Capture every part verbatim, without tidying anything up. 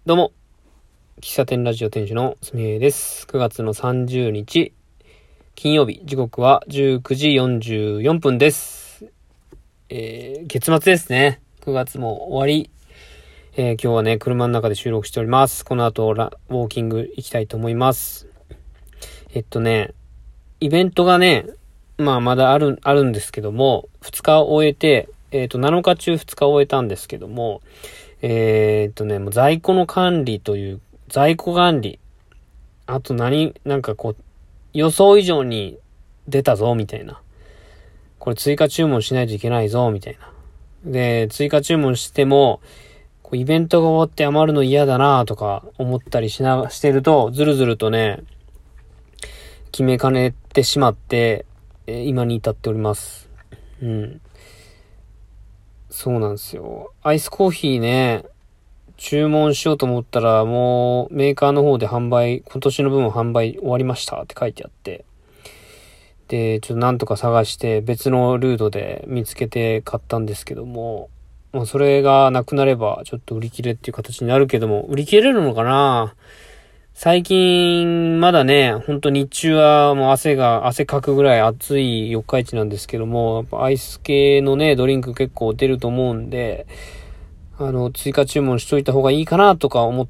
どうも、喫茶店ラジオ店主のすみえです。くがつのさんじゅうにち、金曜日、時刻はじゅうくじよんじゅうよんぷんです。えー、月末ですね。くがつも終わり。えー、今日はね、車の中で収録しております。この後ラ、ウォーキング行きたいと思います。えっとね、イベントがね、まあまだある、あるんですけども、ふつか終えて、えっと、なのか中ふつか終えたんですけども、えー、っとね、もう在庫の管理という、在庫管理。あと何、なんかこう、予想以上に出たぞ、みたいな。これ追加注文しないといけないぞ、みたいな。で、追加注文しても、こうイベントが終わって余るの嫌だなとか思ったりしな、してると、ずるずるとね、決めかねてしまって、えー、今に至っております。うん。そうなんですよ。アイスコーヒーね、注文しようと思ったら、もうメーカーの方で販売、今年の分販売終わりましたって書いてあって、で、ちょっとなんとか探して別のルートで見つけて買ったんですけども、まあそれがなくなればちょっと売り切れっていう形になるけども、売り切れるのかな？最近まだね、ほんと日中はもう汗が、汗かくぐらい暑い四日市なんですけども、やっぱアイス系のね、ドリンク結構出ると思うんで、あの、追加注文しといた方がいいかなとか思って、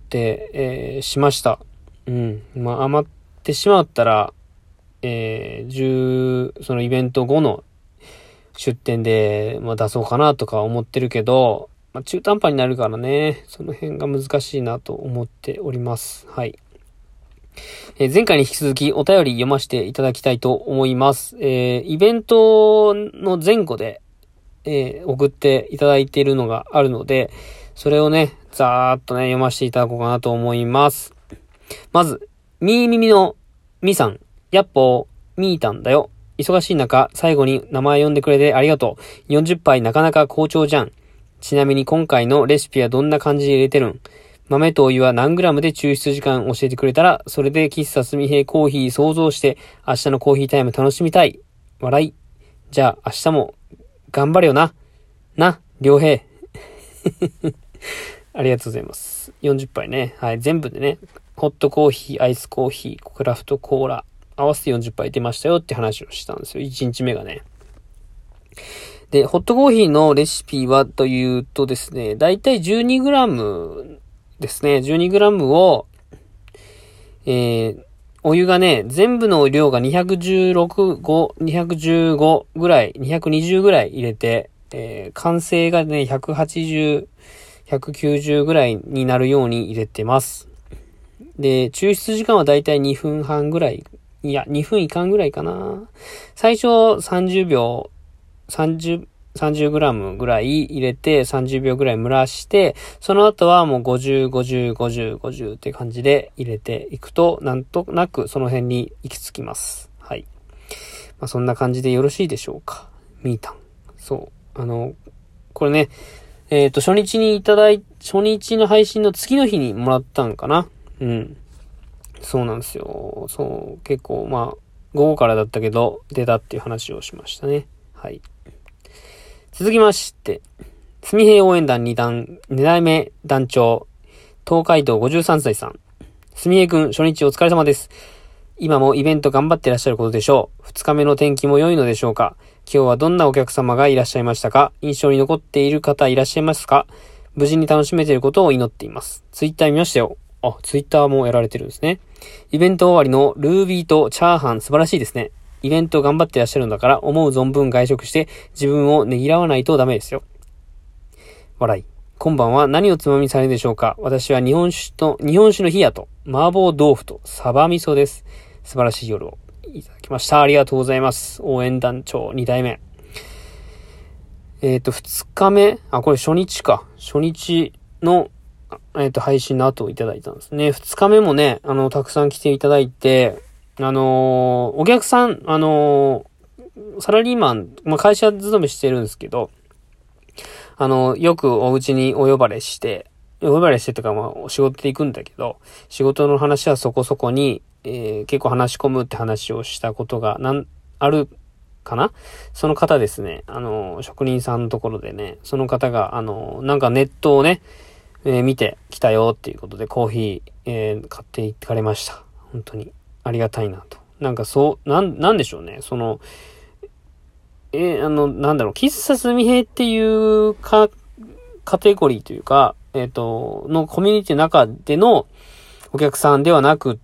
えー、しました。うん。まあ、余ってしまったら、えー、じゅう、そのイベント後の出店で、まあ、出そうかなとか思ってるけど、まあ、中途半端になるからね、その辺が難しいなと思っております。はい。えー、前回に引き続きお便り読ませていただきたいと思います。えー、イベントの前後で、えー、送っていただいているのがあるので、それをね、ざーっとね、読ませていただこうかなと思います。まず、みーみみのみさん、やっぽー、みーたんだよ。忙しい中、最後に名前呼んでくれてありがとう。よんじゅっぱいなかなか好調じゃん。ちなみに今回のレシピはどんな感じで入れてるん？豆とお湯は何グラムで抽出時間教えてくれたら、それで喫茶すみへいコーヒー想像して、明日のコーヒータイム楽しみたい。笑い。じゃあ明日も頑張れよな。な、良平。ありがとうございます。よんじゅっぱいね。はい。全部でね、ホットコーヒー、アイスコーヒー、クラフトコーラ、合わせてよんじゅっぱい出ましたよって話をしたんですよ。いちにちめがね。で、ホットコーヒーのレシピはというとですね、だいたい じゅうにグラム ですね。じゅうにグラム を、えー、お湯がね、全部の量がにひゃくじゅうろく、ご、にひゃくじゅうごぐらい、にひゃくにじゅうぐらい入れて、えー、完成がね、ひゃくはちじゅう、ひゃくきゅうじゅうぐらいになるように入れてます。で、抽出時間はだいたいにふんはんぐらい。いや、にふんいかんぐらいかな。最初さんじゅうびょう、さんじゅう、さんじゅうグラムぐらい入れてさんじゅうびょうぐらい蒸らして、その後はもうごじゅう、ごじゅう、ごじゅう、ごじゅうって感じで入れていくと、なんとなくその辺に行き着きます。はい。まあ、そんな感じでよろしいでしょうか。みーたん。そう。あの、これね、えっと、初日にいただい、初日の配信の次の日にもらったんかな。うん。そうなんですよ。そう、結構、まあ、午後からだったけど、出たっていう話をしましたね。はい。続きまして、すみへい応援団に段、に代目団長、東海道ごじゅうさんさいさん。すみへいくん、初日お疲れ様です。今もイベント頑張っていらっしゃることでしょう。二日目の天気も良いのでしょうか。今日はどんなお客様がいらっしゃいましたか？印象に残っている方いらっしゃいますか？無事に楽しめていることを祈っています。ツイッター見ましたよ。あ、ツイッターもやられてるんですね。イベント終わりのルービーとチャーハン素晴らしいですね。イベント頑張っていらっしゃるんだから思う存分外食して自分をねぎらわないとダメですよ。笑い。今晩は何をつまみされるでしょうか？私は日本酒と、日本酒の冷やと麻婆豆腐とサバ味噌です。素晴らしい夜をいただきました。ありがとうございます。応援団長に代目。えっと、二日目あ、これ初日か。初日の、えっと、配信の後をいただいたんですね。二日目もね、あの、たくさん来ていただいて、あのー、お客さん、あのー、サラリーマン、まあ、会社勤めしてるんですけど、あの、よくお家にお呼ばれして、お呼ばれしてとか、まあ、仕事で行くんだけど、仕事の話はそこそこに、えー、結構話し込むって話をしたことが、なん、あるかな？その方ですね、あの、職人さんのところでね、その方が、あの、なんかネットをね、 えー、見てきたよっていうことでコーヒー、えー、買っていかれました。本当にありがたいなと。なんかそう、なん、なんでしょうね。その、えー、あの、なんだろう、喫茶すみへっていうか、カテゴリーというか、えっと、のコミュニティの中でのお客さんではなくって、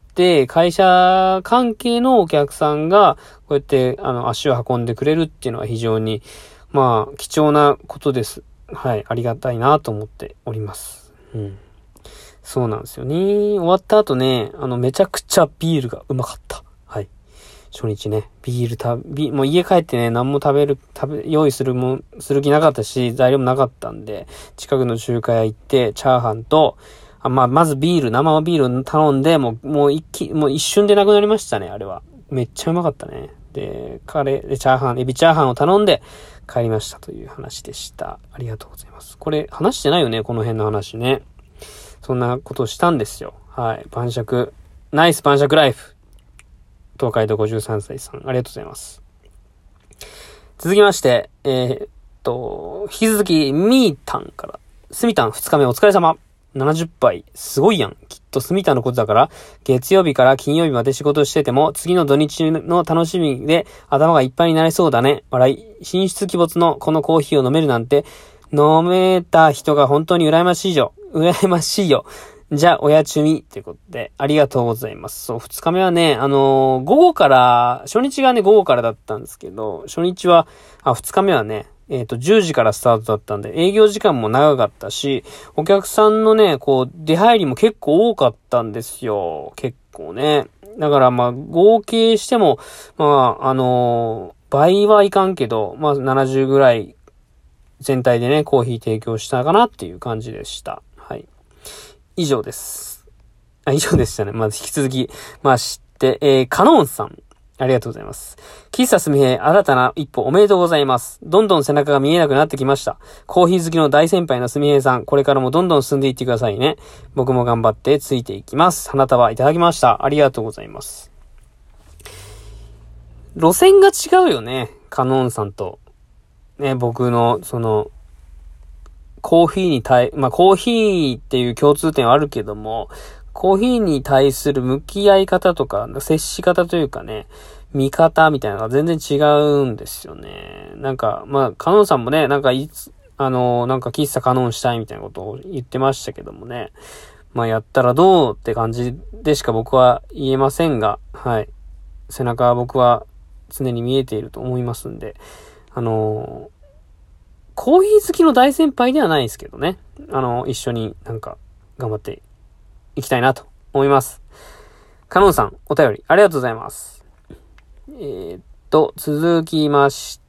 会社関係のお客さんが、こうやって、あの、足を運んでくれるっていうのは非常に、まあ、貴重なことです。はい、ありがたいなと思っております。うん。そうなんですよね。終わった後ね、あの、めちゃくちゃビールがうまかった。はい。初日ね、ビールた、ビ、もう家帰ってね、何も食べる、食べ、用意するもん、する気なかったし、材料もなかったんで、近くの中華屋行って、チャーハンと、あ、まあ、まずビール、生ビール頼んで、もう、もう一気、もう一瞬でなくなりましたね、あれは。めっちゃうまかったね。で、カレーでチャーハン、エビチャーハンを頼んで帰りましたという話でした。ありがとうございます。これ、話してないよね、この辺の話ね。そんなことをしたんですよ。はい。晩酌。ナイス晩酌ライフ。東海道ごじゅうさんさいさん、ありがとうございます。続きまして、えー、っと、引き続き、みーたんから、すみたんふつかめお疲れ様。ななじゅっぱい。すごいやん。きっとすみたんのことだから、月曜日から金曜日まで仕事してても、次の土日の楽しみで頭がいっぱいになりそうだね。笑い。神出鬼没のこのコーヒーを飲めるなんて、飲めた人が本当に羨ましいよ。羨ましいよ。じゃあ、おやちみということで、ありがとうございます。そう、二日目はね、あのー、午後から、初日がね、午後からだったんですけど、初日は、あ、二日目はね、えっと、じゅうじからスタートだったんで、営業時間も長かったし、お客さんのね、こう、出入りも結構多かったんですよ。結構ね。だから、まあ、合計しても、まあ、あのー、倍はいかんけど、まあ、ななじゅうぐらい、全体でね、コーヒー提供したかなっていう感じでした。はい。以上です。あ、以上でしたね。まず引き続き、まあ知って、えー、カノンさん。ありがとうございます。喫茶すみへ新たな一歩おめでとうございます。どんどん背中が見えなくなってきました。コーヒー好きの大先輩のすみへさん、これからもどんどん進んでいってくださいね。僕も頑張ってついていきます。花束いただきました。ありがとうございます。路線が違うよね。カノンさんと。ね、僕の、その、コーヒーに対、まあ、コーヒーっていう共通点はあるけども、コーヒーに対する向き合い方とか、接し方というかね、見方みたいなのが全然違うんですよね。なんか、まあ、カノンさんもね、なんかいつ、あの、なんか喫茶カノンしたいみたいなことを言ってましたけどもね。まあ、やったらどうって感じでしか僕は言えませんが、はい。背中は僕は常に見えていると思いますんで、あのー、コーヒー好きの大先輩ではないですけどね。あの、一緒になんか頑張っていきたいなと思います。カノンさん、お便りありがとうございます。えー、っと、続きまして、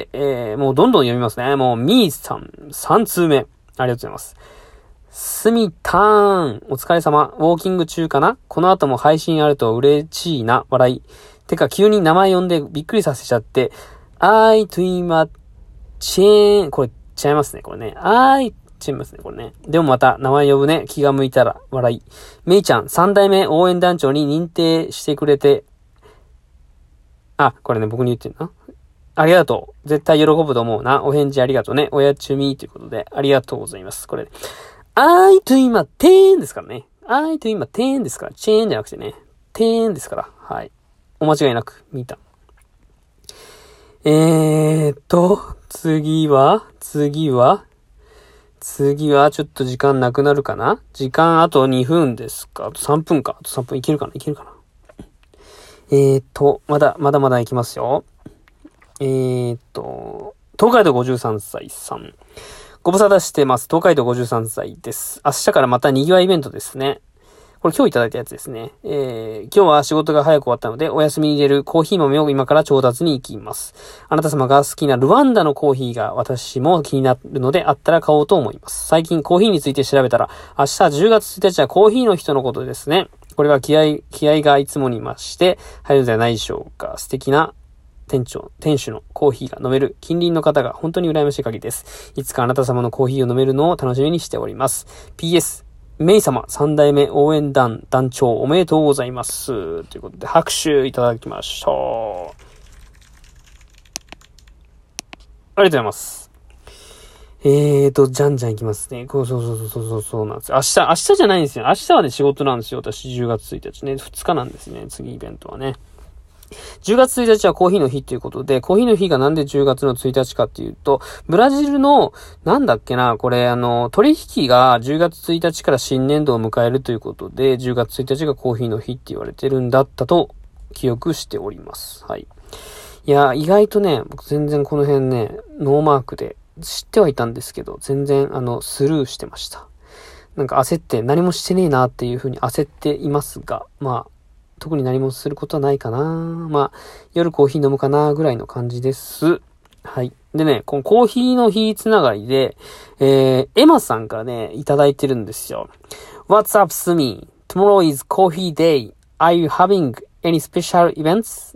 えー、もうどんどん読みますね。もう、みーさん、さん通目。ありがとうございます。すみたーん、お疲れ様。ウォーキング中かな？この後も配信あると嬉しいな、笑い。てか、急に名前呼んでびっくりさせちゃって、あいといま、チェーン、これ違いますね、これね。あーい、違いますね、これね。でもまた、名前呼ぶね。気が向いたら、笑い。めいちゃん、三代目応援団長に認定してくれて、あ、これね、僕に言ってるな。ありがとう。絶対喜ぶと思うな。お返事ありがとうね。おやちみということで、ありがとうございます。これ、あーいと今、てーんですからね。あーいと今、てーんですから。チェーンじゃなくてね。てーんですから。はい。お間違いなく、見た。えーっと、次は次は次はちょっと時間なくなるかな？時間あとにふんですか？あとさんぷんか。あとさんぷんいけるかないけるかなえーっと、まだ、まだまだいきますよ。えーっと、東海道ごじゅうさんさいさん。ご無沙汰してます。東海道ごじゅうさんさいです。明日からまた賑わいイベントですね。これ今日いただいたやつですね。えー、今日は仕事が早く終わったので、お休みに入れるコーヒー豆を今から調達に行きます。あなた様が好きなルワンダのコーヒーが私も気になるので、あったら買おうと思います。最近コーヒーについて調べたら、明日じゅうがつついたちはコーヒーの人のことですね。これは気合、気合がいつもに増して入るのではないでしょうか。素敵な店長、店主のコーヒーが飲める近隣の方が本当に羨ましい限りです。いつかあなた様のコーヒーを飲めるのを楽しみにしております。ピーエスメイ様三代目応援団団長おめでとうございます。ということで拍手いただきました。ありがとうございます。 えーと、じゃんじゃんいきますね。こう、そうそうそうそうそうそうなんですよ。明日、明日じゃないんですよ。明日はね、仕事なんですよ。私、じゅうがつついたちね。ふつかなんですね。次イベントはね。じゅうがつついたちはコーヒーの日ということで、コーヒーの日がなんでじゅうがつのついたちかっていうと、ブラジルの、なんだっけな、これ、あの、取引がじゅうがつついたちから新年度を迎えるということで、じゅうがつついたちがコーヒーの日って言われてるんだったと記憶しております。はい。いや、意外とね、僕全然この辺ね、ノーマークで知ってはいたんですけど、全然あの、スルーしてました。なんか焦って何もしてねえなっていう風に焦っていますが、まあ、特に何もすることはないかな。まあ、夜コーヒー飲むかなぐらいの感じです。はい。でね、このコーヒーの日つながりで、えー、エマさんからね、いただいてるんですよ。What's up, Sumi? Tomorrow is coffee day. Are you having any special events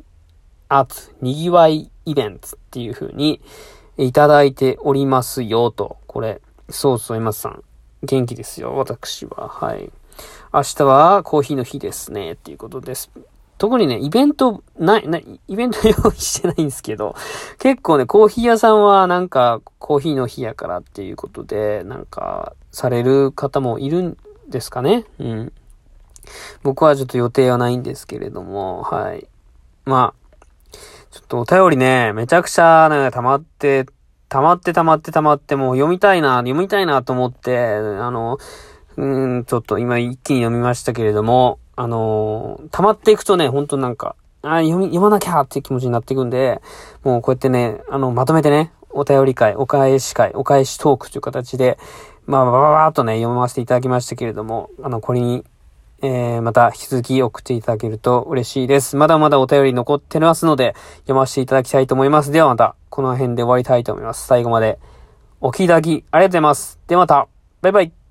at にぎわいイベントっていう風にいただいておりますよと。これ、そうそう、エマさん。元気ですよ、私は。はい。明日はコーヒーの日ですね、っていうことです。特にね、イベント、ない、ない、イベント用意してないんですけど、結構ね、コーヒー屋さんはなんか、コーヒーの日やからっていうことで、なんか、される方もいるんですかね。うん。僕はちょっと予定はないんですけれども、はい。まあ、ちょっとお便りね、めちゃくちゃね、溜まって、溜まって溜まって溜まって、もう読みたいな、読みたいなと思って、あの、うーん、ちょっと今一気に読みましたけれども、あのー、溜まっていくとね、ほんとなんか、あ読み、読まなきゃっていう気持ちになっていくんで、もうこうやってね、あの、まとめてね、お便り会、お返し会、お返しトークという形で、まあ、ばばばーっとね、読ませていただきましたけれども、あの、これに、えー、また引き続き送っていただけると嬉しいです。まだまだお便り残ってますので、読ませていただきたいと思います。ではまた、この辺で終わりたいと思います。最後まで、お聞きいただき、ありがとうございます。ではまた、バイバイ。